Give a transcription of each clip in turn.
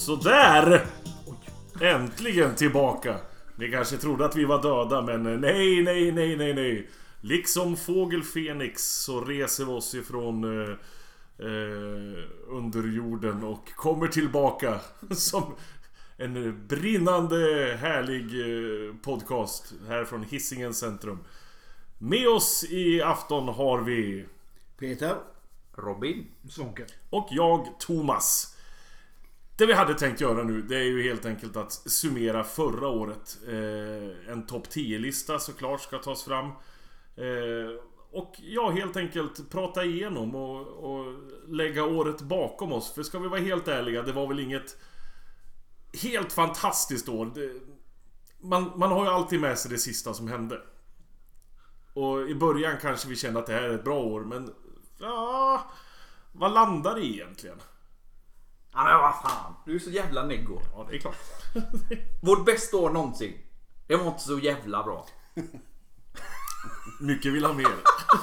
Så där! Äntligen tillbaka. Ni kanske trodde att vi var döda, men nej. Liksom fågel Fenix så reser vi oss ifrån underjorden och kommer tillbaka som en brinnande härlig podcast här från Hisingen centrum. Med oss i afton har vi Peter, Robin, Sonke och jag, Thomas. Det vi hade tänkt göra nu, det är ju helt enkelt att summera förra året. En topp 10-lista såklart ska tas fram. Och ja, helt enkelt prata igenom och lägga året bakom oss. För ska vi vara helt ärliga, det var väl inget helt fantastiskt år. Man har ju alltid med sig det sista som hände. Och i början kanske vi kände att det här är ett bra år, men ja, vad landar det egentligen? ja men vad fan, du är så jävla neggo. Ja, det är klart. Vårt bästa år någonsin. Det var inte så jävla bra. Mycket vill ha mer.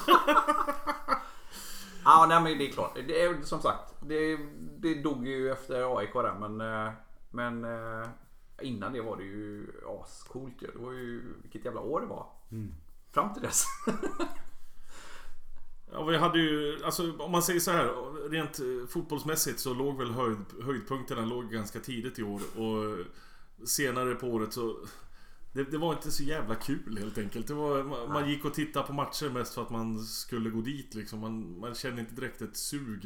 Ja, nej men det är klart. Det är som sagt, det dog ju efter AIK där, men innan det var det ju ascoolt. Det var ju vilket jävla år det var. Fram till dess. Ja, vi hade ju, alltså om man säger så här, rent fotbollsmässigt så låg väl höjdpunkterna låg ganska tidigt i år, och senare på året så det var inte så jävla kul helt enkelt. Det var, man gick och tittade på matcher mest för att man skulle gå dit liksom. Man kände inte direkt ett sug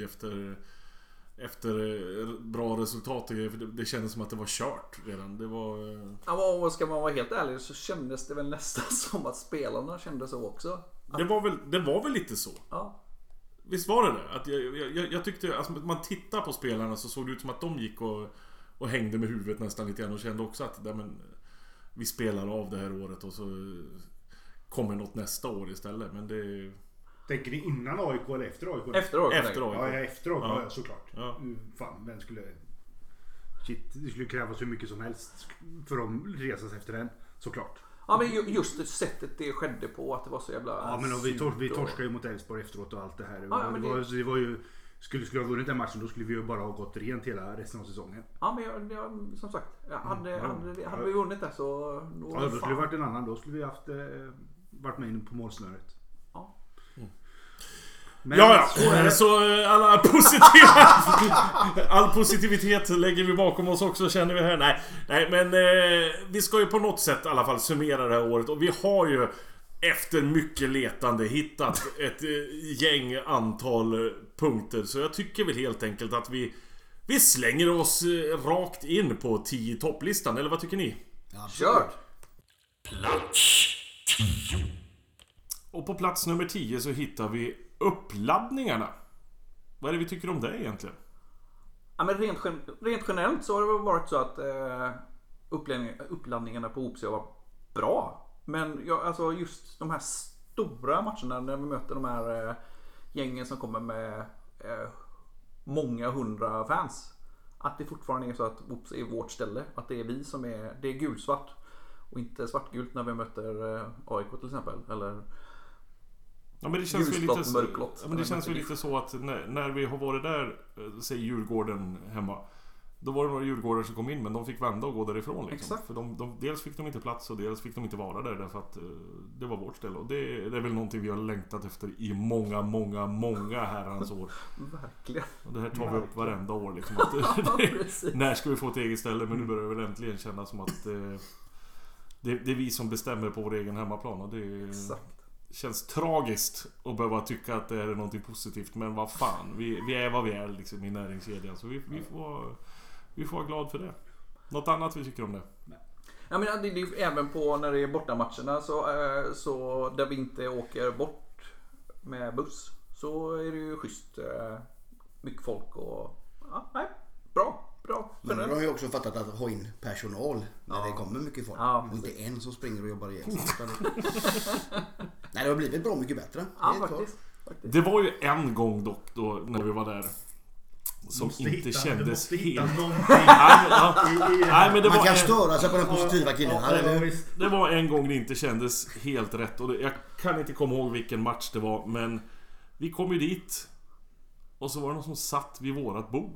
efter bra resultat. Det kändes som att det var kört redan. Det var... Ja, och ska man vara helt ärlig så kändes det väl nästan som att spelarna kände så också. Det var väl lite så. Ja. Visst var det det? Att jag tyckte, alltså, man tittar på spelarna så såg det ut som att de gick och hängde med huvudet nästan lite grann och kände också att vi spelar av det här året och så kommer något nästa år istället. Men det... Tänker ni innan AIK eller efter AIK? Efter AIK. Ja, efter AIK, Ja. ja, såklart. Ja. Fan, den skulle... Shit, det skulle krävas hur mycket som helst för att resa sig efter den, såklart. Ja, men just det sättet det skedde på, att det var så jävla... Ja, men vi torskade ju mot Elfsborg efteråt och allt det här. Ja, men det var ju... Skulle vi ha vunnit den matchen, då skulle vi ju bara ha gått rent hela resten av säsongen. Ja, men som sagt, hade vi vunnit det så... Då skulle det varit en annan. Då skulle vi varit med in på målsnöret. Ja. Men så all positivitet lägger vi bakom oss också, känner vi här. Nej, men vi ska ju på något sätt i alla fall summera det här året. Och vi har ju efter mycket letande hittat ett gäng antal punkter. Så jag tycker väl helt enkelt att vi slänger oss rakt in på 10 topplistan. Eller vad tycker ni? Kör! Plats 10. Och på plats nummer 10 så hittar vi uppladdningarna. Vad är det vi tycker om det egentligen? Ja, men rent generellt så har det väl varit så att uppladdningarna på OPC var bra. Men alltså just de här stora matcherna när vi möter de här gängen som kommer med många hundra fans. Att det fortfarande är så att OPC är vårt ställe. Att det är vi som är... Det är gulsvart. Och inte svartgult när vi möter AIK till exempel. Eller... Ja, men det känns ju lite så att när vi har varit där, säg Djurgården hemma, då var det några djurgårdar som kom in, men de fick vända och gå därifrån liksom. Exakt. För dels fick de inte plats och dels fick de inte vara där därför att det var vårt ställe. Och det är väl någonting vi har längtat efter i många herrans år. Verkligen. Och det här tar vi upp varenda år liksom, att, när ska vi få ett eget ställe? Men nu börjar det väl äntligen kännas som att det är vi som bestämmer på vår egen hemmaplan. Och det känns tragiskt att behöva tycka att det är någonting positivt. Men vad fan, vi är vad vi är liksom i näringskedjan. Så vi får vara glad för det. Något annat vi tycker om det? Ja, men det är även på när det är bortamatcherna så där vi inte åker bort med buss, så är det ju schysst mycket folk och bra. Men de har ju också fattat att ha in personal när det kommer mycket folk. Ja, och inte en som springer och jobbar igen. Nej, det har blivit bra mycket bättre. Ja, faktiskt. Det var ju en gång dock då när vi var där som inte kändes helt... Nej, men det man var kan störa sig på den positiva killen. Det var en gång det inte kändes helt rätt. Och jag kan inte komma ihåg vilken match det var, men vi kom ju dit och så var det någon som satt vid vårat bord.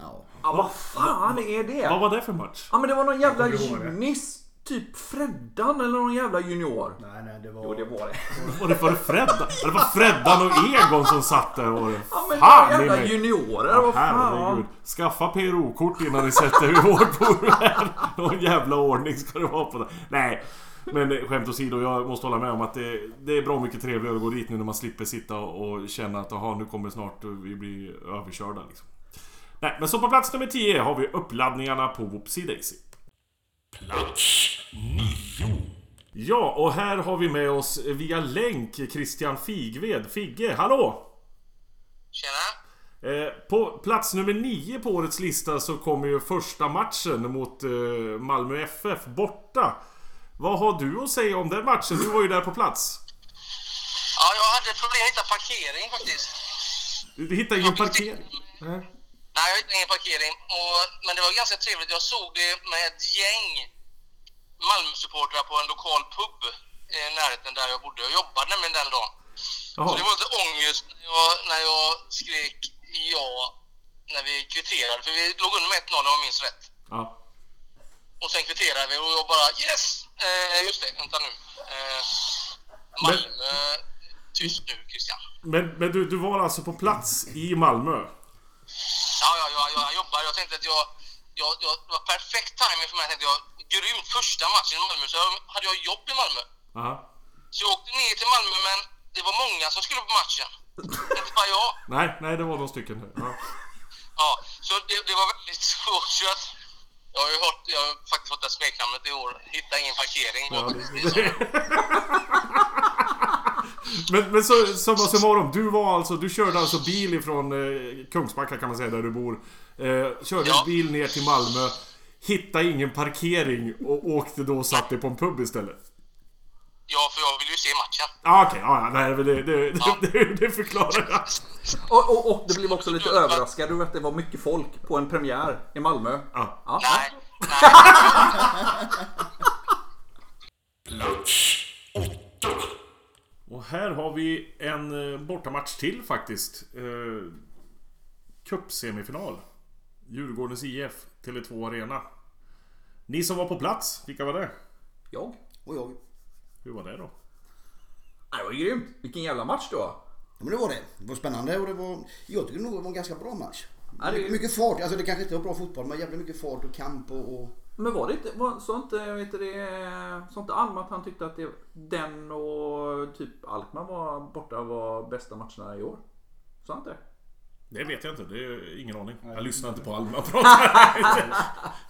Ja. Ja, vad fan är det? Vad var det för match? Ja, men det var någon jävla Jag kommer ihåg det. junis. Typ Freddan eller någon jävla junior. Nej, det var... Jo, det var det. Var det för Freddan? Det var Freddan och Egon som satt där och... Ja, men Fan, det var jävla ni- juniorer. Ja, Vad fan? herregud. Skaffa PRO-kort innan ni sätter vid vårt bord här. Någon jävla ordning ska det vara på det. Nej, men skämt åsido, jag måste hålla med om att det är bra mycket trevligare att gå dit nu när man slipper sitta och känna att aha, nu kommer snart vi blir överkörda liksom. Nej, men så på plats nummer 10 har vi uppladdningarna på Whoopsie Daisy. Plats 9. Ja, och här har vi med oss via länk Christian Figved. Figge, hallå! Tjena! På plats nummer 9 på årets lista så kommer ju första matchen mot Malmö FF borta. Vad har du att säga om den matchen? Du var ju där på plats. Ja, jag hade problem att hitta parkering faktiskt. Du hittade ingen parkering? Nej, jag hittade ingen parkering. Men det var ganska trevligt. Jag såg det med ett gäng Malmö-supportrar på en lokal pub i närheten där jag bodde. Jag jobbade nämligen den dagen. Jaha. Så det var lite ångest när jag skrek ja när vi kvitterade. För vi låg under med 1-0 om jag minns rätt. Ja. Och sen kvitterade vi och jag bara yes! Just det, vänta nu. Malmö, tyst nu Christian. Men du var alltså på plats i Malmö? Ja, jag jobbade. Jag tänkte att det var perfekt timing för mig. Jag tänkte grymt första matchen i Malmö. Så hade jag jobb i Malmö. Aha. Så jag åkte ner till Malmö, men det var många som skulle på matchen. Inte bara jag. Nej, det var några stycken. Ja. Ja, så det var väldigt svårt. Så att jag har faktiskt fått det smeknamnet i år. Hitta ingen parkering. Ja, men så summarum, du körde alltså bil ifrån Kungsbacka kan man säga där du bor. Körde bil ner till Malmö, hittade ingen parkering och åkte då och satt dig på en pub istället. Ja, för jag vill ju se matchen. Okej, det förklarar jag. Och det blev också lite överraskad över att det var mycket folk på en premiär i Malmö. Ja. Nej. Plats 8. Och här har vi en bortamatch till faktiskt. Cup-semifinal. Djurgårdens IF, Tele2 Arena. Ni som var på plats, vilka var det? Jag. Och jag. Hur var det då? Det var grymt. Vilken jävla match då. Ja, men det var det. Det var spännande och jag tycker nog det var en ganska bra match. Ja, det är... Mycket fart, alltså det kanske inte var bra fotboll men jävligt mycket fart och kamp och... Men var det inte, sa inte Alma att han tyckte att den och typ Alkmaar var bästa matcherna i år? Sa han inte? Det vet jag inte, det är ingen aning. Jag lyssnar inte på Alma prata.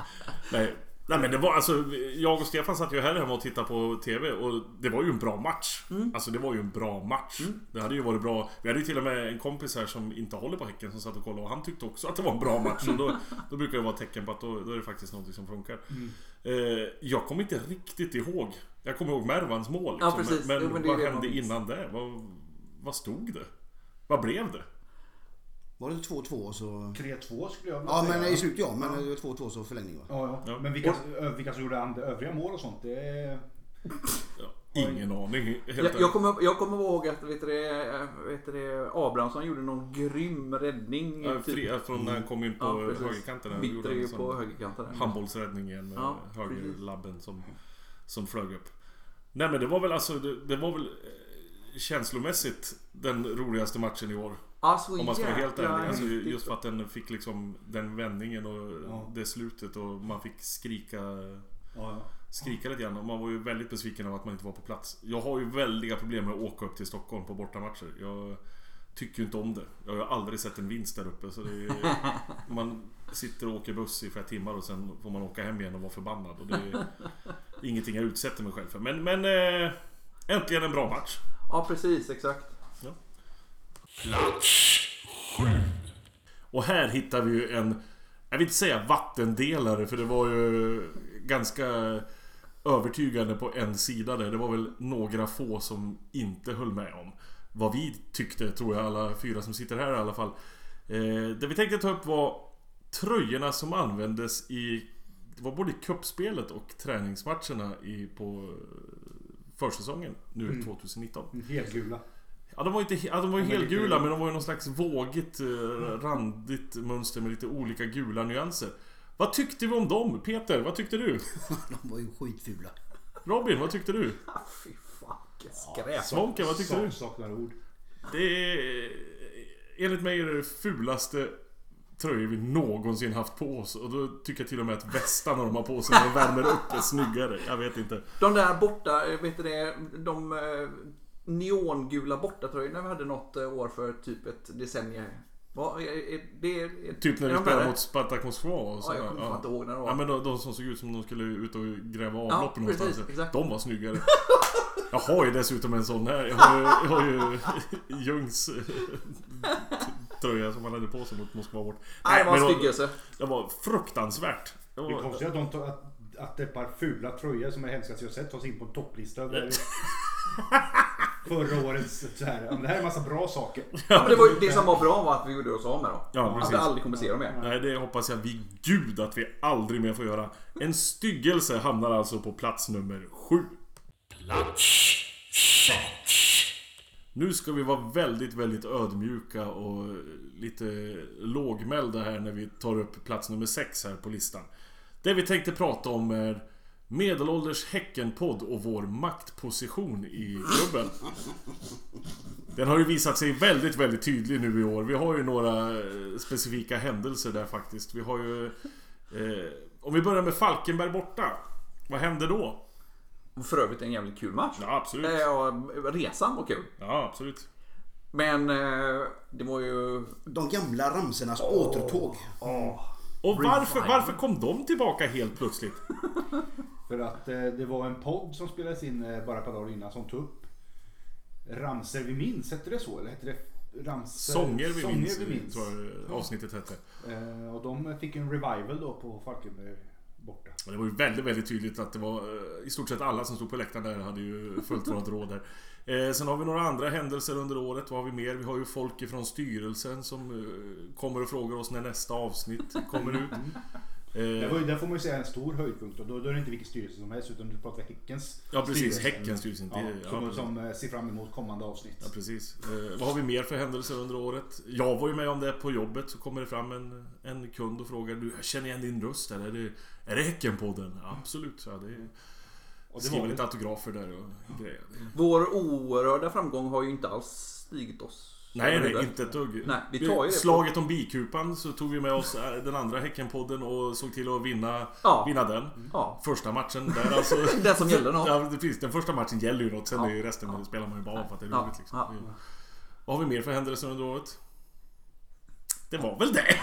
Nej men det var alltså, jag och Stefan satt ju här hemma och tittade på TV och det var ju en bra match. Alltså det var ju en bra match. Det hade ju varit bra. Vi hade ju till och med en kompis här som inte håller på Häcken som satt och kollade och han tyckte också att det var en bra match. Och då brukar det vara tecken på att då är det faktiskt något som funkar. Jag kommer inte riktigt ihåg. Jag kommer ihåg Mervans mål liksom. Ja, precis. Men det vad hände innan det? Vad stod det? Vad blev det? Var det 2-2 så... 3-2 skulle jag vilja Ja säga. men i slutet men det var 2-2 så förlängning va? Ja. Men vilka som gjorde övriga mål och sånt, det är... Ingen aning. Jag kommer ihåg att Abrahamsson gjorde någon grym räddning. Från när han kom in på högerkanten. Vittrig på högerkanten. Handbollsräddning igen med högerlabben som flög upp. Nej men det var väl alltså det var väl känslomässigt den roligaste matchen i år. Alltså, om man ska vara helt ärlig. Alltså, just för att den fick liksom den vändningen och det slutet och man fick skrika lite grann. Och man var ju väldigt besviken av att man inte var på plats. Jag har ju väldiga problem med att åka upp till Stockholm på bortamatcher. Jag tycker ju inte om det. Jag har ju aldrig sett en vinst där uppe. Så det är, man sitter och åker buss i flera timmar och sen får man åka hem igen och vara förbannad. Och det är ingenting jag utsätter mig själv för. Men äntligen en bra match. Ja, precis, exakt. Ja. Plats 7. Och här hittar vi ju jag vill inte säga vattendelare, för det var ju ganska övertygande på en sida där. Det var väl några få som inte höll med om vad vi tyckte, tror jag alla 4 som sitter här i alla fall. Det vi tänkte ta upp var tröjorna som användes det var både cupspelet och träningsmatcherna på försäsongen nu 2019. Ja, de var ju helgula, men de var ju någon slags vågigt, randigt mönster med lite olika gula nyanser. Vad tyckte vi om dem? Peter, vad tyckte du? De var ju skitfula. Robin, vad tyckte du? Fy fan, vilket skräp. Svånke, vad tyckte du? Saknar ord. Det är, enligt mig är det fulaste tröjor vi någonsin haft på oss. Och då tycker jag till och med att västarna de har på sig när de värmer upp är snyggare. Jag vet inte. De där borta, vet du det, de neongula bortatröjorna vi hade något år för typ ett decennium. Typ när vi spelade mot Spartak Moskva och så. Ja, jag kommer inte ihåg när det var. Ja, men de som såg ut som de skulle ut och gräva avlopp någonstans. Exakt. De var snyggare. Jag har ju dessutom en sån här. Jag har ju Jungs tröja som han hade på sig mot Moskva bort. Nej, det var en styggelse. Det var fruktansvärt. Det är konstigt att ett par fula tröjor som är hemskast jag sett tas in på en topplista. Förra årets så här. Det här är en massa bra saker. Ja, men det var ju det som var bra var att vi gjorde oss av med dem. Ja, att vi aldrig kommer se dem mer. Nej, det hoppas jag vid Gud att vi aldrig mer får göra. En styggelse hamnar alltså på plats nummer 7. Plats 6. Nu ska vi vara väldigt, väldigt ödmjuka och lite lågmälda här när vi tar upp plats nummer 6 här på listan. Det vi tänkte prata om är Medelålders Häckenpodd och vår maktposition i klubben. Den har ju visat sig väldigt, väldigt tydlig nu i år. Vi har ju några specifika händelser där faktiskt. Vi har ju om vi börjar med Falkenberg borta. Vad hände då? För övrigt en jävligt kul match. Ja, absolut. Resan var kul. Ja, absolut. Men det var ju De gamla ramsernas återtåg. Och varför kom de tillbaka helt plötsligt? För att det var en podd som spelades in bara ett par dagar innan som tog upp ramser vi minns, hette det så? Eller hette det ramser? Sånger vi minns tror jag avsnittet hette. Och de fick en revival då på Falkenberg borta. Och det var ju väldigt, väldigt tydligt att det var i stort sett alla som stod på läktaren där hade ju följt vårt råd där. Sen har vi några andra händelser under året. Vad har vi mer? Vi har ju folk ifrån styrelsen som kommer och frågar oss när nästa avsnitt kommer ut. Där får man ju säga en stor höjdpunkt och då är det inte vilken styrelse som helst utan du pratar Häckens. Ja, precis, Häckens styrelse. Som ser fram emot kommande avsnitt. Ja, precis. Vad har vi mer för händelser under året? Jag var ju med om det på jobbet. Så kommer det fram en kund och frågar: du, jag känner igen din röst eller är det Häckenpodden? Ja, absolut. Ja, och skriver lite autografer där och grejer. Vår oerhörda framgång har ju inte alls stigit oss. Nej, inte ett dugg. Nej, vi tar ju slaget om bikupan så tog vi med oss den andra Häckenpodden och såg till att vinna den. Ja. Första matchen där alltså. Den som gäller något. Ja, precis. Den första matchen gäller ju något. Sen är ju resten spelar man ju bara för att det är roligt liksom. Vad har vi mer för händelser under året? Det var väl det.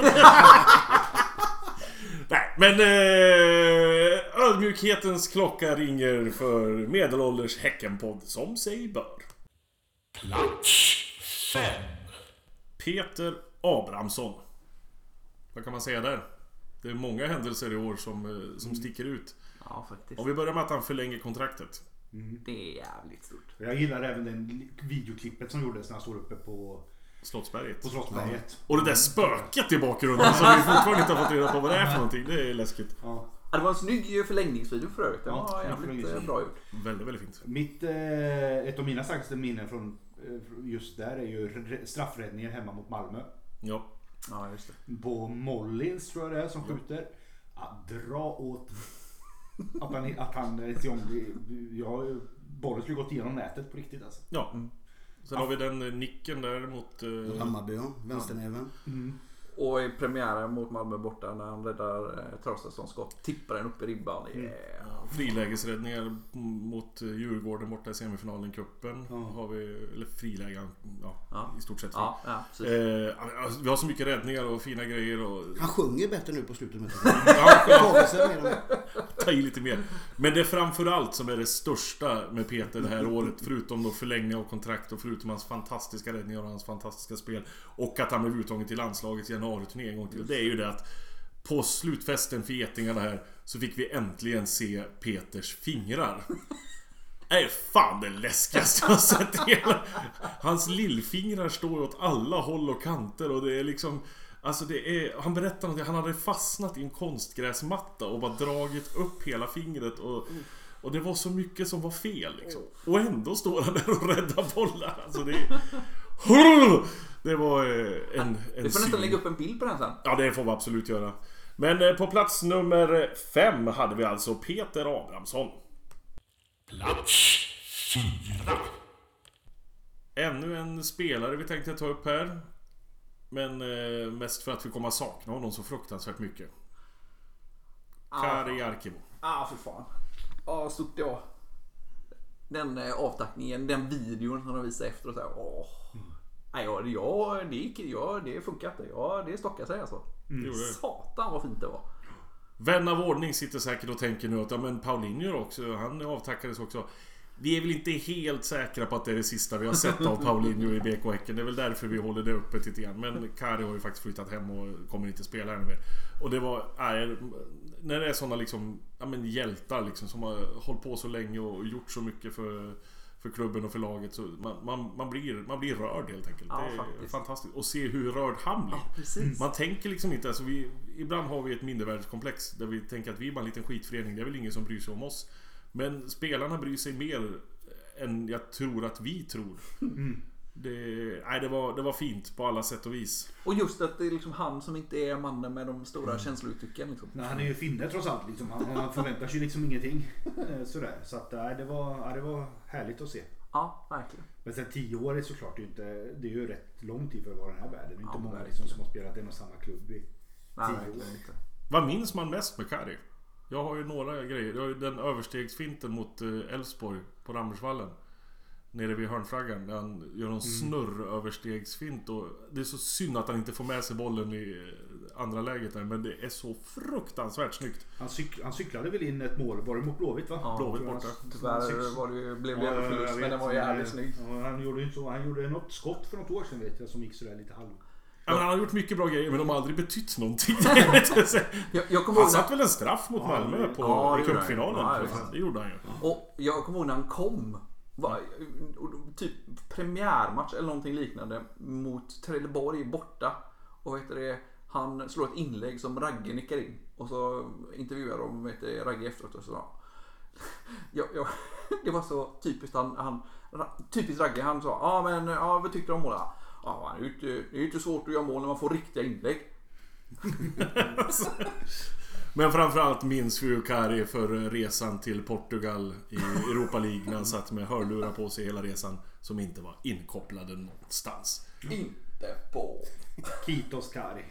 Nej, men ödmjukhetens klocka ringer för Medelålders Häckenpodd som sig bör. Plats 5. Peter Abrahamsson. Vad kan man säga där? Det är många händelser i år som sticker ut. Ja, faktiskt. Om vi börjar med att han förlänger kontraktet. Det är jävligt stort. Jag gillar även den videoklippet som gjordes när han stod uppe på Slottsberget. Ja. Och det där spöket i bakgrunden som vi fortfarande inte har fått reda på vad det är för någonting. Det är läskigt. Ja. Det var en snygg förlängningsvideo för övrigt. Det var jävligt bra gjort. Väldigt, väldigt fint. Ett av mina starkaste minnen från just där är ju straffräddningen hemma mot Malmö. Ja, just det. På Mollins tror jag det är som skjuter. Dra åt att han bollen skulle gått igenom nätet på riktigt alltså. Ja. Sen har vi den nicken där mot Hammarby, vänsternäven. Och i premiären mot Malmö borta när han räddar Traustassons skott, tippar den upp i ribban. Frilägesräddningar mot Djurgården borta i semifinalen kuppen. Har vi, eller frilägen i stort sett. Vi har så mycket räddningar och fina grejer och... Han sjunger bättre nu på slutet med ta i lite mer. Men det är framförallt som är det största med Peter det här året, förutom då förlängning av kontrakt och förutom hans fantastiska räddningar och hans fantastiska spel och att han blev uttagen till landslagets januari-turné en gång till. Det är ju det att på slutfesten för getingarna här så fick vi äntligen se Peters fingrar. Det är fan det läskigaste jag har sett hela. Hans lillfingrar står åt alla håll och kanter och det är liksom... Alltså han berättade att han hade fastnat i en konstgräsmatta och bara dragit upp hela fingret och Och det var så mycket som var fel liksom. Och ändå står han där och räddar bollar. Alltså det var en Vi får nästan lägga upp en bild på den sen. Ja, det får vi absolut göra. Men på plats nummer 5 hade vi alltså Peter Abrahamsson. Plats 4. Ännu en spelare vi tänkte ta upp här. Men mest för att vi kommer att sakna honom så fruktansvärt mycket. Kari Arkivo. För fan. Stort det var. Den avtackningen, den videon som de visade efter och så här. Det funkar inte. Ja, det stockar sig alltså. Satan vad fint det var. Vän av ordning sitter säkert och tänker nu att men Paulinho också, han avtackades också. Vi är väl inte helt säkra på att det är det sista vi har sett av Paulinho i BK Häcken. Det är väl därför vi håller det uppe lite grann. Men Kari har ju faktiskt flyttat hem och kommer inte spela här mer. Och det var när det är sådana liksom, hjältar liksom, som har hållit på så länge och gjort så mycket för klubben och för laget, så man blir rörd helt enkelt. Ja, det är faktiskt fantastiskt. Och se hur rörd han blir. Ja, precis. Man tänker liksom inte, alltså ibland har vi ett mindervärdeskomplex där vi tänker att vi är bara en liten skitförening. Det är väl ingen som bryr sig om oss. Men spelarna bryr sig mer än jag tror att vi tror. Det var fint på alla sätt och vis. Och just att det är liksom han som inte är mannen med de stora känslouttrycken liksom. Nej, han är ju finne trots allt liksom. Han förväntar sig liksom ingenting sådär. Så att det var härligt att se. Ja, verkligen. Men sen 10 år är såklart det är ju rätt lång tid för att vara den här världen. Det är inte många verkligen liksom som har spelat en och samma klubb i 10 år. Inte. Vad minns man mest med Kari? Jag har ju några grejer. Jag har ju den överstegsfinten mot Elfsborg på Rammersvallen. Nere vid hörnflaggan. Där han gör en snurröverstegsfint. Och det är så synd att han inte får med sig bollen i andra läget där. Men det är så fruktansvärt snyggt. Han cyklade väl in ett mål. Var det mot Blåvitt va? Ja, Blåvitt borta. Tyvärr blev det en förlust, men den var jävligt snygg. Ja, han gjorde något skott för något år sedan vet jag, som gick sådär lite halv. Han har gjort mycket bra grejer, men de har aldrig betytt någonting. Han satt väl en straff mot Malmö i cupfinalen. Det gjorde han ju. Och jag kommer ihåg när han kom. Typ premiärmatch eller någonting liknande mot Trelleborg borta. Och han slår ett inlägg som Ragge nickar in. Och så intervjuar de Ragge efteråt och så. Det var så typiskt typiskt Ragge. Han sa, vad tyckte du om målet? Ja, det är inte svårt att göra mål när man får riktiga inlägg. Men framförallt minns vi ju Kari för resan till Portugal i Europa League när han satt med hörlurar på sig hela resan som inte var inkopplade någonstans. Inte på Kitos Kari.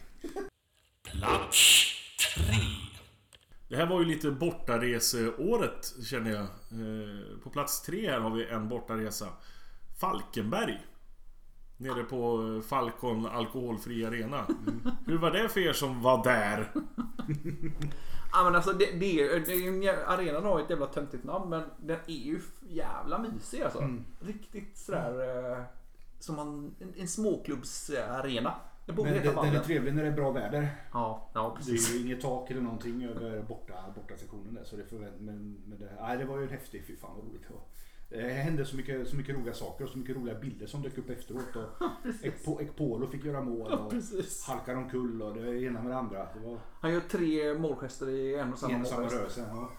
Plats 3. Det här var ju lite bortareseåret känner jag. På plats 3 här har vi en bortaresa. Falkenberg. Nere på Falcon alkoholfri arena. Hur var det för er som var där? Ja, men alltså arenan har ett jävla töntigt namn, men den är ju jävla mysig alltså. Riktigt sådär som en småklubbsarena. Den är trevlig när det är bra väder. Ja, precis. Det är ju inget tak eller någonting över borta sektionen där, så det var ju en häftig, fy fan vad roligt det var. Det hände så mycket roliga saker och så mycket roliga bilder som dök upp efteråt. Och Ekpolo fick göra mål och halkar omkull och det ena med det andra. Han gör 3 målgester i en och samma rörelse. Ja.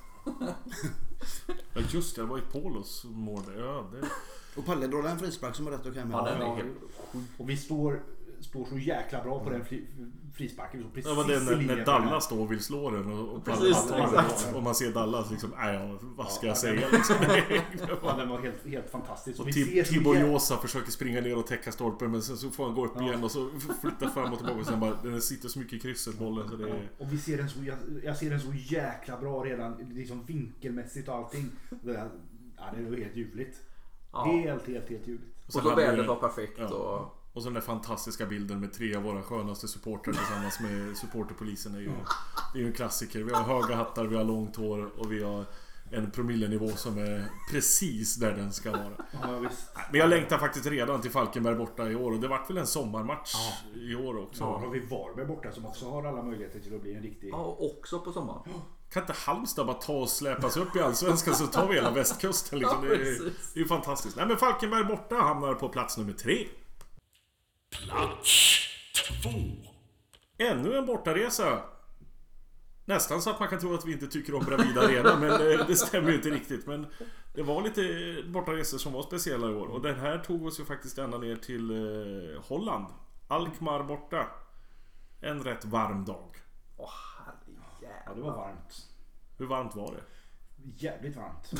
Ja just det, var Ekpolos mål. Ja, det... Och Palle drar en frispark som är rätt okej med. Ja, den är helt... Och vi står så jäkla bra på den frisparken. Ja, men det när Dallas då vill slå den och och man ser Dallas liksom, vad ska jag säga liksom. Ja, den var helt fantastisk. Och Thibaut Josa försöker springa ner och täcka stolpen, men sen så får han gå upp igen och så flytta fram och tillbaka och sen bara, den sitter så mycket i krysset bollen så det är... Och vi ser den jag ser den så jäkla bra redan liksom vinkelmässigt och allting. Det var helt ljuvligt. Helt ljuvligt. Och så vädret var perfekt och så den där fantastiska bilden med 3 av våra skönaste supportrar tillsammans med supporterpolisen är ju en klassiker. Vi har höga hattar, vi har långt hår och vi har en promillenivå som är precis där den ska vara. Ja, visst. Men jag längtar faktiskt redan till Falkenberg borta i år och det vart väl en sommarmatch i år också. Ja, har vi Varberg borta som också har alla möjligheter till att bli en riktig... Ja, också på sommaren. Kan inte Halmstad bara ta och släpas upp i Allsvenskan så tar vi hela västkusten liksom. Det är ju fantastiskt. Nej, men Falkenberg borta hamnar på plats nummer 3. Plats 2. Ännu en bortaresa. Nästan så att man kan tro att vi inte tycker om Bravida Arena, men det stämmer ju inte riktigt. Men det var lite bortaresor som var speciella i år. Och den här tog oss ju faktiskt ända ner till Holland. Alkmaar borta. En rätt varm dag. Herrejävlar. Ja, det var varmt. Hur varmt var det? Jävligt varmt.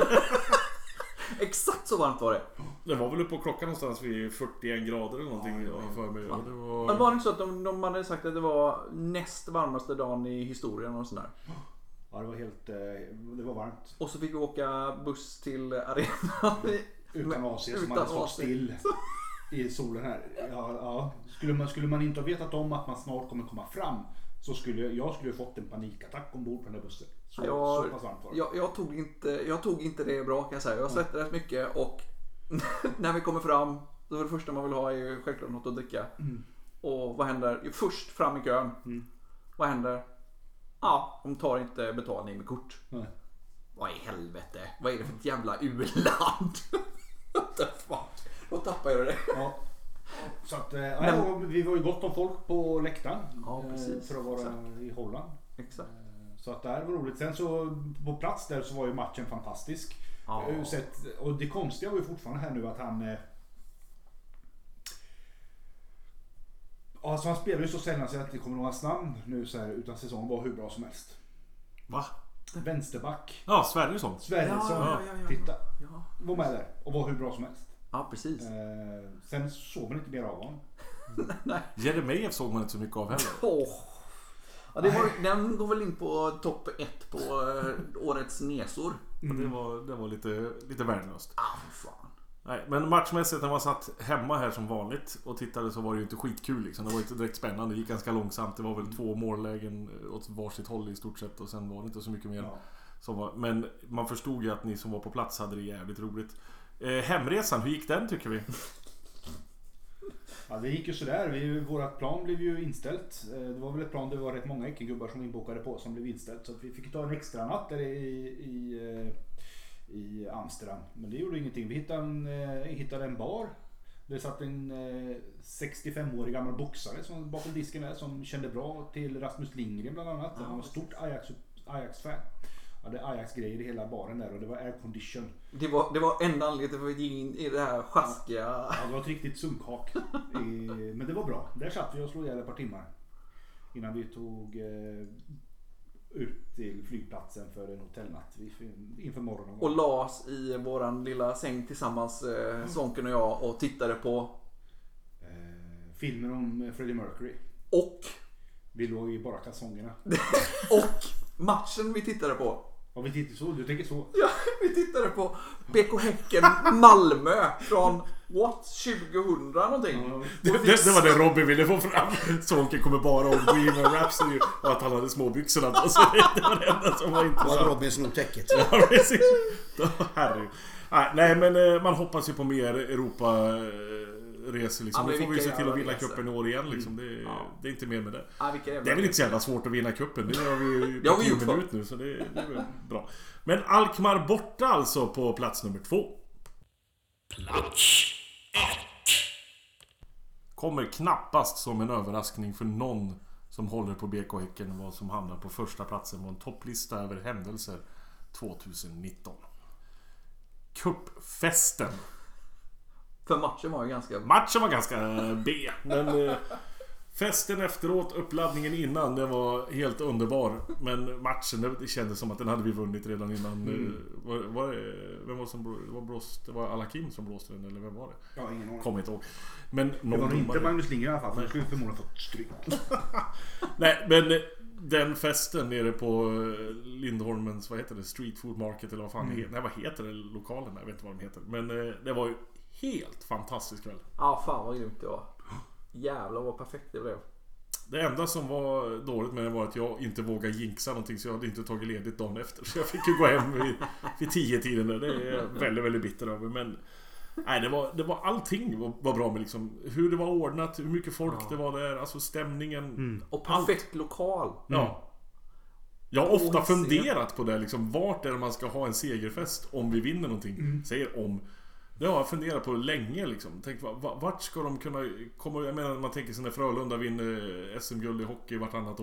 Exakt så varmt var det. Det var väl uppe på klockan någonstans vid 41 grader eller någonting. Ja, för mig. Och det Men var det inte så att de hade sagt att det var näst varmaste dagen i historien och sådär? Ja, det var helt... Det var varmt. Och så fick vi åka buss till arenan. Utan AC som utan hade stått AC. still i solen här. Ja. Skulle man inte ha vetat om att man snart kommer komma fram, så skulle jag fått en panikattack ombord på den där bussen. Så pass varmt var det. Jag tog inte det bra, kan jag säga. Jag svettades mycket och när vi kommer fram, då är det första man vill ha är ju självklart något att dricka. Och vad händer? Först fram i kön. Vad händer? Ja, de tar inte betalning med kort. Nej. Vad i helvete? Vad är det för ett jävla u-land? What the fuck? Då tappar jag det. Ja. Så att, vi var ju gott om folk på läktaren. Ja, precis. För att vara Exakt. i Holland. Exakt. Så att det här var roligt. Sen så på plats där så var ju matchen fantastisk. Ja. Och det konstiga var ju fortfarande här nu att han... Alltså han spelar ju så sällan så att det kommer några namn nu så här, utan säsongen var hur bra som helst. Va? Vänsterback. Ja, Sverjesson. Sverjesson. Ja. Titta. Ja. Var med där och var hur bra som helst. Ja, precis. Sen såg man inte mer av honom. Jeremejeff såg man inte så mycket av heller. Ja, den går väl in på topp 1 på årets nesor. Det var lite värdelöst. För fan. Nej, men matchmässigt när man satt hemma här som vanligt och tittade så var det ju inte skitkul liksom. Det var inte direkt spännande, det gick ganska långsamt. Det var väl 2 mållägen åt varsitt håll i stort sett och sen var det inte så mycket mer. Ja. Men man förstod ju att ni som var på plats hade det jävligt roligt. Hemresan, hur gick den tycker vi? Ja, det gick ju sådär. Vårat plan blev ju inställt. Det var väl ett plan, det var rätt många icke-gubbar som inbokade på som blev inställt. Så att vi fick ta en extra natt där i Amsterdam. Men det gjorde ingenting. Vi hittade en bar. Det satt en 65-årig gammal boxare som bakom disken där som kände bra till Rasmus Lindgren bland annat. Han var ett stort Ajax-fan. Ja, det är Ajax-grejer i hela baren där och det var aircondition. Det var enda anledningen till att vi gick in i det här sjaskiga... Ja, det var ett riktigt sunkhak. Men det var bra. Där satt vi och slog ihjäl ett par timmar. Innan vi tog ut till flygplatsen för en hotellnatt inför morgonen. Och las i våran lilla säng tillsammans, Svånken och jag, och tittade på... Filmen om Freddie Mercury. Och... Vi låg i bara kalsongerna. Och matchen vi tittade på. Ja, vi tittar så. Du tänker så. Ja, vi tittade på BK Häcken Malmö från 2000 någonting. Det var det Robin ville få fram. Sonken kommer bara om Bohemian Rhapsody och att han hade småbyxorna på sig. Det var det enda som var intressant. Var Robin snor täcket. Ja, precis. Herregud. Nej, men man hoppas ju på mer Europa-resor liksom. Ja, Nu får vi se till att vinna resor. cupen i år igen liksom. Det är inte mer med det. Ja, Det är väl inte så jävla svårt att vinna cupen. Det har vi ju Det har vi gjort 10 minut nu, så det är väl bra. Men Alkmaar borta alltså på plats nummer 2. Plats 1. Kommer knappast som en överraskning för någon som håller på BK Häcken vad som hamnar på första platsen på en topplista över händelser 2019. Cupfesten. För matchen var ju ganska... Matchen var ganska B, men festen efteråt, uppladdningen innan, det var helt underbar. Men matchen, det kändes som att den hade vi vunnit redan innan. Vem var som blåste? Det var Alakim som blåste den, eller vem var det? Ja, ingen aning. Kommer inte ihåg. Men Det var nog inte Magnus Lindgren i alla fall, för han skulle förmodligen fått stryk. Nej, men den festen nere på Lindholmens, vad heter det? Street Food Market eller vad fan det heter. Nej, vad heter det? Lokalen, jag vet inte vad de heter. Men det var ju helt fantastiskt kväll. Ja, fan vad grymt det var. Jävlar vad perfekt det blev. Det enda som var dåligt med det var att jag inte vågade jinxa någonting, så jag hade inte tagit ledigt dagen efter. Så jag fick ju gå hem vid 10-tiden där. Det är jag väldigt, väldigt bitter över. Men nej, det var allting var bra med liksom hur det var ordnat, hur mycket folk det var där, alltså stämningen. Och perfekt lokal. Ja. Jag har ofta funderat på det liksom, vart är det man ska ha en segerfest om vi vinner någonting. Säger om. Det har jag funderat på länge liksom. Tänk, vart ska de kunna komma? Jag menar, man tänker sig när Frölunda vinner SM-guld i hockey vartannat år.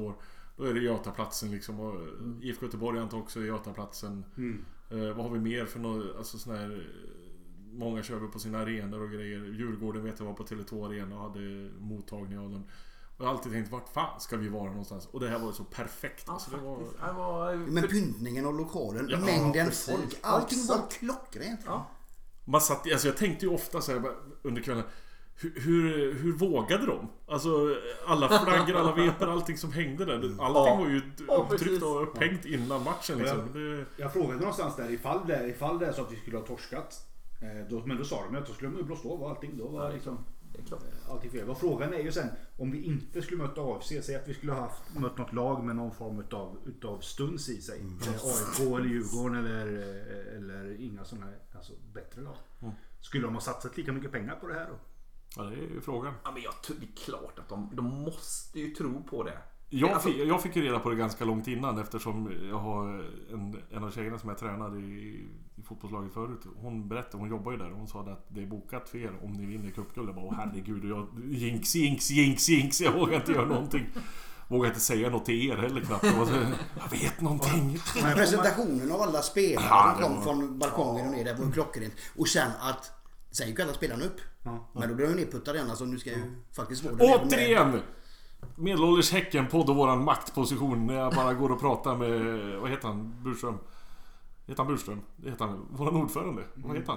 Då är det Götaplatsen liksom. Och IFK Göteborg antar också Götaplatsen. Vad har vi mer för något, alltså sån här, många kör på sina arenor och grejer. Djurgården vet jag var på Tele2 Arena och hade mottagning av den. Och jag har alltid tänkt, vart fan ska vi vara någonstans? Och det här var så perfekt. Ja, alltså, det var... Men pyntningen av lokalen, Ja, mängden folk, allting var klockrent. Ja. Man satt, alltså jag tänkte ju ofta så här under kvällen, hur vågade de? Alltså alla flaggor, alla veper, allting som hängde där. Allting var ju upptryckt och upphängt innan matchen liksom. Jag frågade någonstans där ifall det är så att vi skulle ha torskat. Men då sa de att då skulle de blåst av allting. Då var liksom allting fel. Och frågan är ju sen om vi inte skulle möta AFC, säg att vi skulle ha mött något lag med någon form utav stuns i sig. AIK eller Djurgården eller inga sådana här, alltså bättre lag. Skulle de ha satsat lika mycket pengar på det här då? Ja, det är ju frågan. Ja, men det är klart att de måste ju tro på det. Jag fick ju reda på det ganska långt innan, eftersom jag har en av tjejerna som jag tränade i fotbollslaget förut. Hon berättade, hon jobbar ju där, och hon sa att det är bokat för er om ni vinner cupguld. Jag bara, herregud, jag jinx, jag vågar inte göra någonting. Vågar inte säga något till er heller knappt. Jag vet någonting. Presentationen av alla spelare som kom från balkongen och ner där var klockrent. Och sen gick alla spelarna upp. Men då blev de nedputtade igen, så nu ska ju faktiskt vara det. Återigen! Medelålders Häcken-podd och våran maktposition. När jag bara går och pratar med, vad heter han? Burström. Heter han Burström? Det heter han. Våran ordförande. Vad heter han?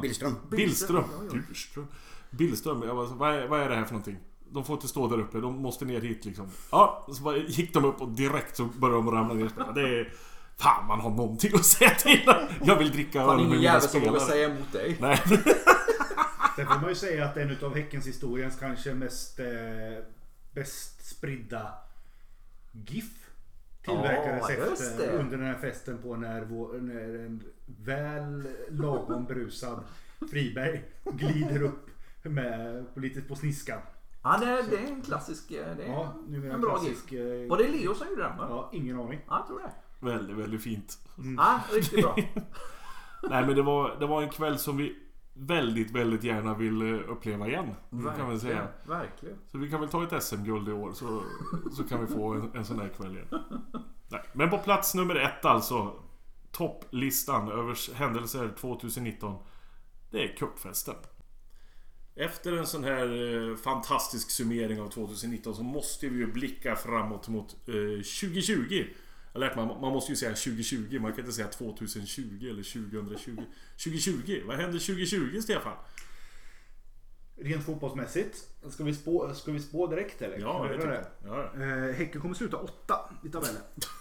Billström. Jag bara, vad är det här för någonting? De får inte stå där uppe, de måste ner hit liksom. Ja, så bara gick de upp och direkt så började de ramla ner. Det är... Fan, man har någonting att säga till. Jag vill dricka öl med mina spelare. Ingen säga emot dig. Nej. Sen får man ju säga att en utav Häckens historiens kanske bäst spridda GIF tillverkades under den här festen på när en väl lagom brusad Friberg glider upp med lite på sniskan. Ja, det är en klassisk, en bra GIF. Och det är Leo som gjorde den, va? Ja, ingen aning. Ja, jag tror det. Väldigt, väldigt fint. Ja, riktigt bra. Nej, men det var en kväll som vi väldigt, väldigt gärna vill uppleva igen. Kan man säga. Verkligen. Så vi kan väl ta ett SM-guld i år, så kan vi få en sån här kväll igen. Nej, men på plats nummer 1 alltså, topplistan över händelser 2019, det är cupfesten. Efter en sån här fantastisk summering av 2019 så måste vi ju blicka framåt mot 2020. Man måste ju säga 2020, man kan inte säga 2020 eller 2020. 2020, vad händer 2020, Stefan? Rent fotbollsmässigt, ska vi spå direkt eller? Ja, jag tycker det. Häcken kommer sluta 8 i tabellen.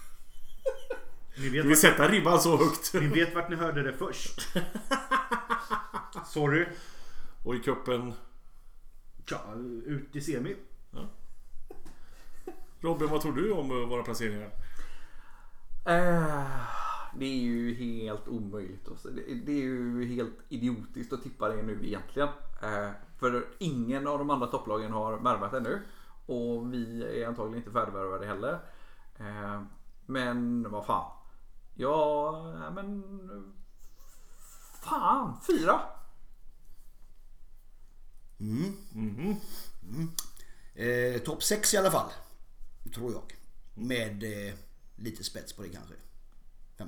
Vi sätter ribban så högt. Ni vet vart ni hörde det först. Sorry. Och i kuppen? Ja, ut i semi. Ja. Robin, vad tror du om våra placeringar? Det är ju helt omöjligt. Det är ju helt idiotiskt att tippa det nu egentligen. För ingen av de andra topplagen har värvat ännu. Och vi är antagligen inte färdigvärvade heller. Men vad fan. Fan, 4. Topp 6 i alla fall, tror jag. Med lite spets på det kanske. 5.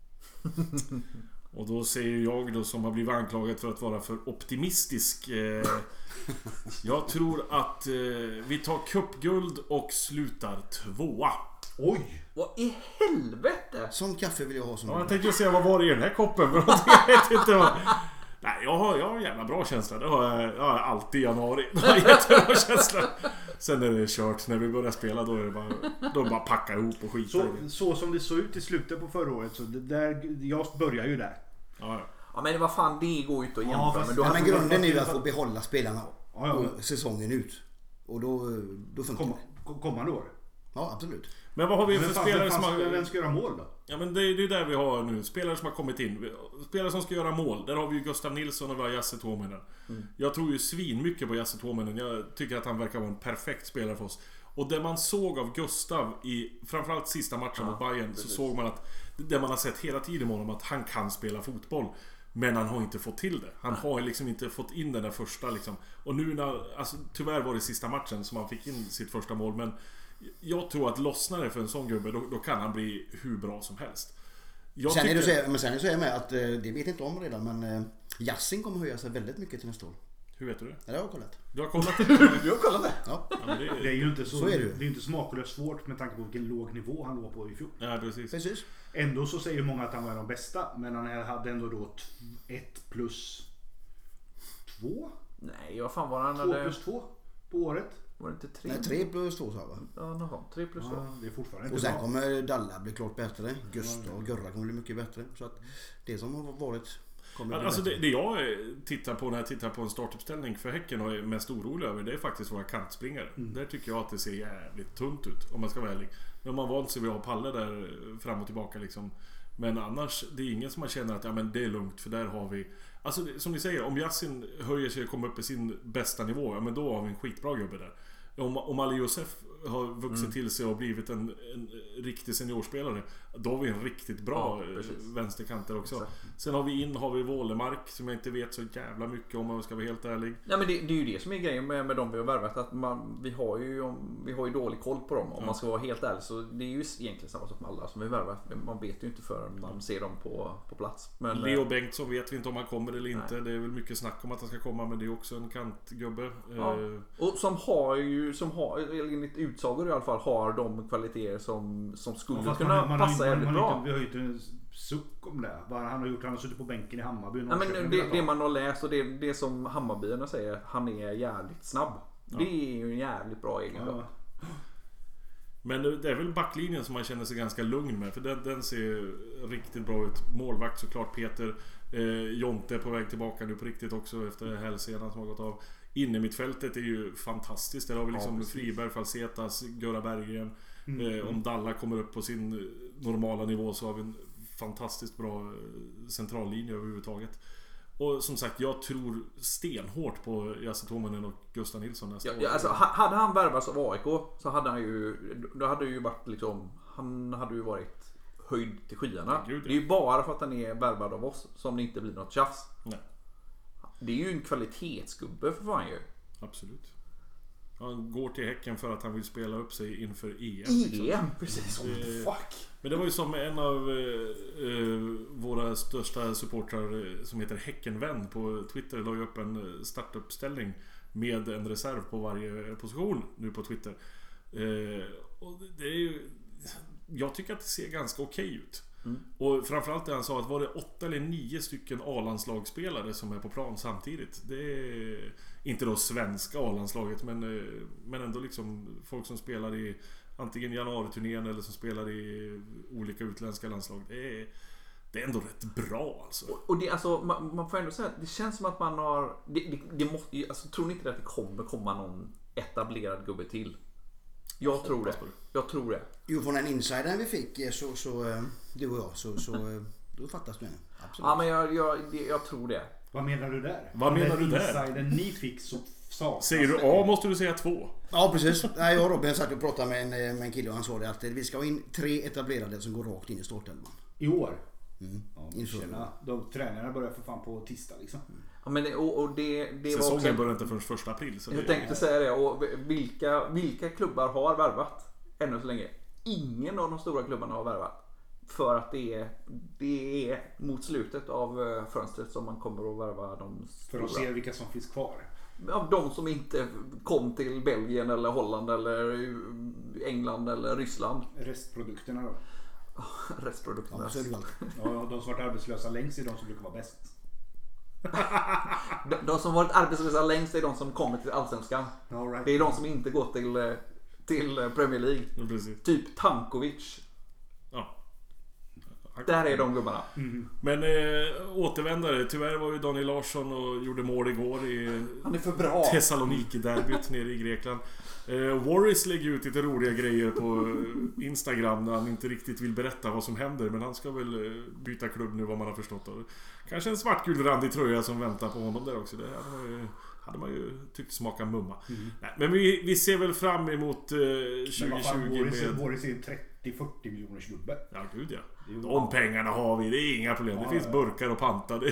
Och då säger jag då, som har blivit anklagad för att vara för optimistisk, jag tror att vi tar cupguld och slutar 2. Oj! Vad i helvete? Sån kaffe vill jag ha som jag tänkte säga, vad var det i den här koppen? Jag vet inte vad. Nej, jag har en jävla bra känsla. Det har jag alltid i januari. Jag har jättebra känsla. Sen är det kört. När vi börjar spela, då är det bara packa ihop och skita. Så som det såg ut i slutet på förra året, så jag börjar ju där. Ja, men vad fan, det går ju inte att jämföra. Men grunden är ju att få behålla spelarna säsongen ut. Och då funkar det. Kommande år. Ja, absolut. Men vad har vi för spelare som har... Vem ska göra mål då? Ja, men det är där vi har nu. Spelare som har kommit in. Spelare som ska göra mål. Där har vi ju Gustav Nilsson och vi har Jasse Tuominen. Jag tror ju svin mycket på Jasse Tuominen. Jag tycker att han verkar vara en perfekt spelare för oss. Och det man såg av Gustav i framförallt sista matchen mot Bayern, så såg man att det man har sett hela tiden med honom, att han kan spela fotboll. Men han har inte fått till det. Han har liksom inte fått in den där första liksom. Och nu när, alltså, tyvärr var det sista matchen som han fick in sitt första mål. Men jag tror att lossnar det för en sån gubbe, då kan han bli hur bra som helst. Sen är det så med att det vet inte om redan, men Yassin kommer höja sig väldigt mycket till nästa år. Hur vet du det? Ja, det har jag kollat. Du har kollat det? Du har kollat det? Ja. Det är ju inte så är det. Det är inte smaklöst svårt med tanke på vilken låg nivå han låg på i fjol. Ja, precis. Ändå så säger många att han var de bästa, men han hade ändå då 1+2. Nej, vad fan var han? 2+2 på året. Var det inte 3? Nej, 3+2 sa va? Ja, något sånt. 3+2. Ja, det är fortfarande inte Och sen bra. kommer Dalla bli klart bättre. Gustav och Gurra kommer bli mycket bättre. Så att det som har varit kommer bli Alltså bättre. det jag tittar på när jag tittar på en startuppställning för Häcken och är mest orolig över, det är faktiskt våra kantspringare. Där tycker jag att det ser jävligt tunt ut, om man ska vara ärlig. Men man vant sig vid att ha Palle där fram och tillbaka liksom. Men annars, det är ingen som man känner att ja, men det är lugnt, för där har vi... Alltså som ni säger, om Yassin höjer sig och kommer upp i sin bästa nivå, ja men då har vi en skitbra gubbe där. Om Ali Josef har vuxit till sig och blivit en riktig seniorspelare, då har vi en riktigt bra vänsterkanter också. Exakt. Sen har vi Wålemark som jag inte vet så jävla mycket om jag ska vara helt ärlig. Ja, men det är ju det som är grejen med de vi har värvat, att vi har ju dålig koll på dem om man ska vara helt ärlig, så det är ju egentligen samma sak med alla som vi har värvat. Man vet ju inte förrän man ser dem på plats. Men Leo Bengtsson vet vi inte om han kommer eller inte. Nej. Det är väl mycket snack om att han ska komma, men det är också en kantgubbe. Ja. Och som har enligt utsagor i alla fall har de kvaliteter som skulle kunna passa jävligt bra. Vi har ju inte en suck om det. Vad han har gjort, han har suttit på bänken i Hammarby. Ja, men det man har läst och det som Hammarbyarna säger, han är jävligt snabb. Ja. Det är ju en jävligt bra egenskap. Ja. Men det är väl backlinjen som man känner sig ganska lugn med, för den ser riktigt bra ut. Målvakt såklart Peter, Jonte är på väg tillbaka nu på riktigt också efter hälsenan som har gått av. Inne mittfältet är ju fantastiskt. Där har vi liksom Friberg, Falsetas, Göra Berggren. Om Dalla kommer upp på sin normala nivå så har vi en fantastiskt bra centrallinje överhuvudtaget. Och som sagt, jag tror stenhårt på Jasse Tomanen och Gustav Nilsson nästa år. Alltså, hade han värvats av AIK så hade han ju, då hade det ju varit liksom, han hade ju varit höjd till skyarna. Det är ju bara för att han är värvad av oss som det inte blir något tjafs. Nej. Det är ju en kvalitetsgubbe för fan ju. Absolut. Han går till Häcken för att han vill spela upp sig inför EM. EM, precis. Fuck. Men det var ju som en av våra största supportrar som heter Häckenvän på Twitter la ju upp en startuppställning med en reserv på varje position nu på Twitter. Och det är ju, jag tycker att det ser ganska okej ut. Och framförallt det han sa, att var det 8 eller 9 stycken A-landslagsspelare som är på plan samtidigt. Det är inte då svenska A-landslaget, men ändå liksom folk som spelar i antingen januariturnén eller som spelar i olika utländska landslag. Det är ändå rätt bra alltså. Och det, alltså, man får ändå säga att det känns som att man har det måste, alltså, tror ni inte att det kommer komma någon etablerad gubbe till? Jag tror det. Jo, från den insidern vi fick så du och jag så då fattas det. Absolut. Ja, men jag tror det. Vad menar du där? Vad menar du där? Insidern ni fick så saknas. Säger du A måste du säga 2. Ja, precis. Jag och Robin satt och pratade med en kille och han sa det att vi ska ha in 3 etablerade som går rakt in i startelvan. I år? Ja, de tränarna börjar för fan på tisdag liksom. Ja, men det säsongen var också, börjar inte förrän 1 april. Så jag tänkte säga det. Och vilka klubbar har värvat ännu så länge? Ingen av de stora klubbarna har värvat. För att det är mot slutet av fönstret som man kommer att värva de stora. För att se vilka som finns kvar. Av de som inte kom till Belgien eller Holland eller England eller Ryssland. Restprodukterna då? Restprodukterna. Ja, de som varit arbetslösa längst är de som brukar vara bäst. De som varit arbetslösa längst är de som kommer till Allsvenskan. Right. Det är de som inte går till Premier League. Precis. Typ Tankovic. Ja. Där är de gubbarna. Men återvändare, tyvärr var ju Daniel Larsson och gjorde mål igår i Han är för bra. Thessaloniki-derbyt nere i Grekland. Warris lägger ut lite roliga grejer på Instagram när han inte riktigt vill berätta vad som händer, men han ska väl byta klubb nu vad man har förstått. Kanske en svartgulrandig tröja som väntar på honom där också. Det hade man ju tyckt smaka mumma. Nej, men vi ser väl fram emot 2020 Warris är 30-40 miljoners gubbe. Ja, gud ja. De pengarna har vi, det är inga problem. Det finns burkar och pantade.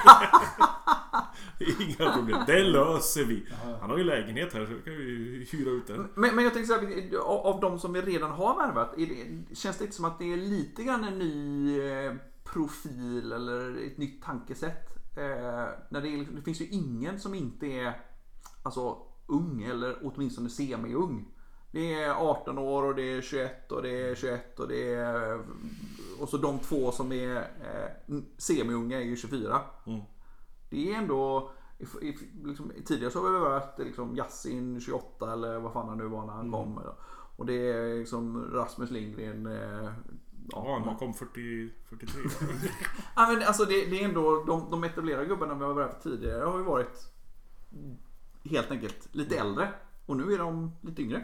Det är inga problem. Det löser vi. Han har ju lägenhet här så kan vi hyra ut den. Men jag tänker så här, av de som vi redan har värvat, känns det inte som att det är lite grann en ny profil eller ett nytt tankesätt? När det finns ju ingen som inte är alltså ung eller åtminstone semi-ung. Det är 18 år och det är 21 och det är 21 och det är... Och så de två som är semi-unga är ju 24. Det är ändå... Liksom, tidigare så har vi varit liksom Yassin 28 eller vad fan han nu var när han kom. Och det är liksom Rasmus Lindgren... han kom 43. Ja, men alltså det är ändå... De etablerade gubbarna vi har varit tidigare har ju varit helt enkelt lite äldre. Och nu är de lite yngre.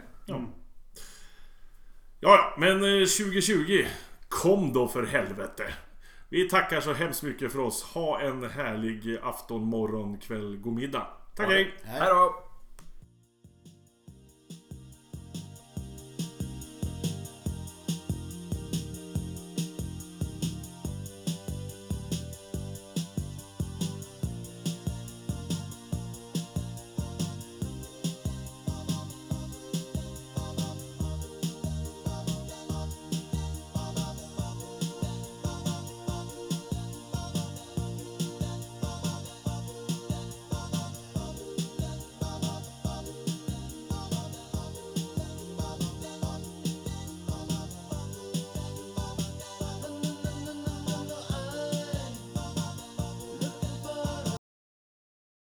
Ja, men 2020 kom då för helvete. Vi tackar så hemskt mycket för oss. Ha en härlig afton, morgon, kväll, god middag. Tack, hej! Hej då!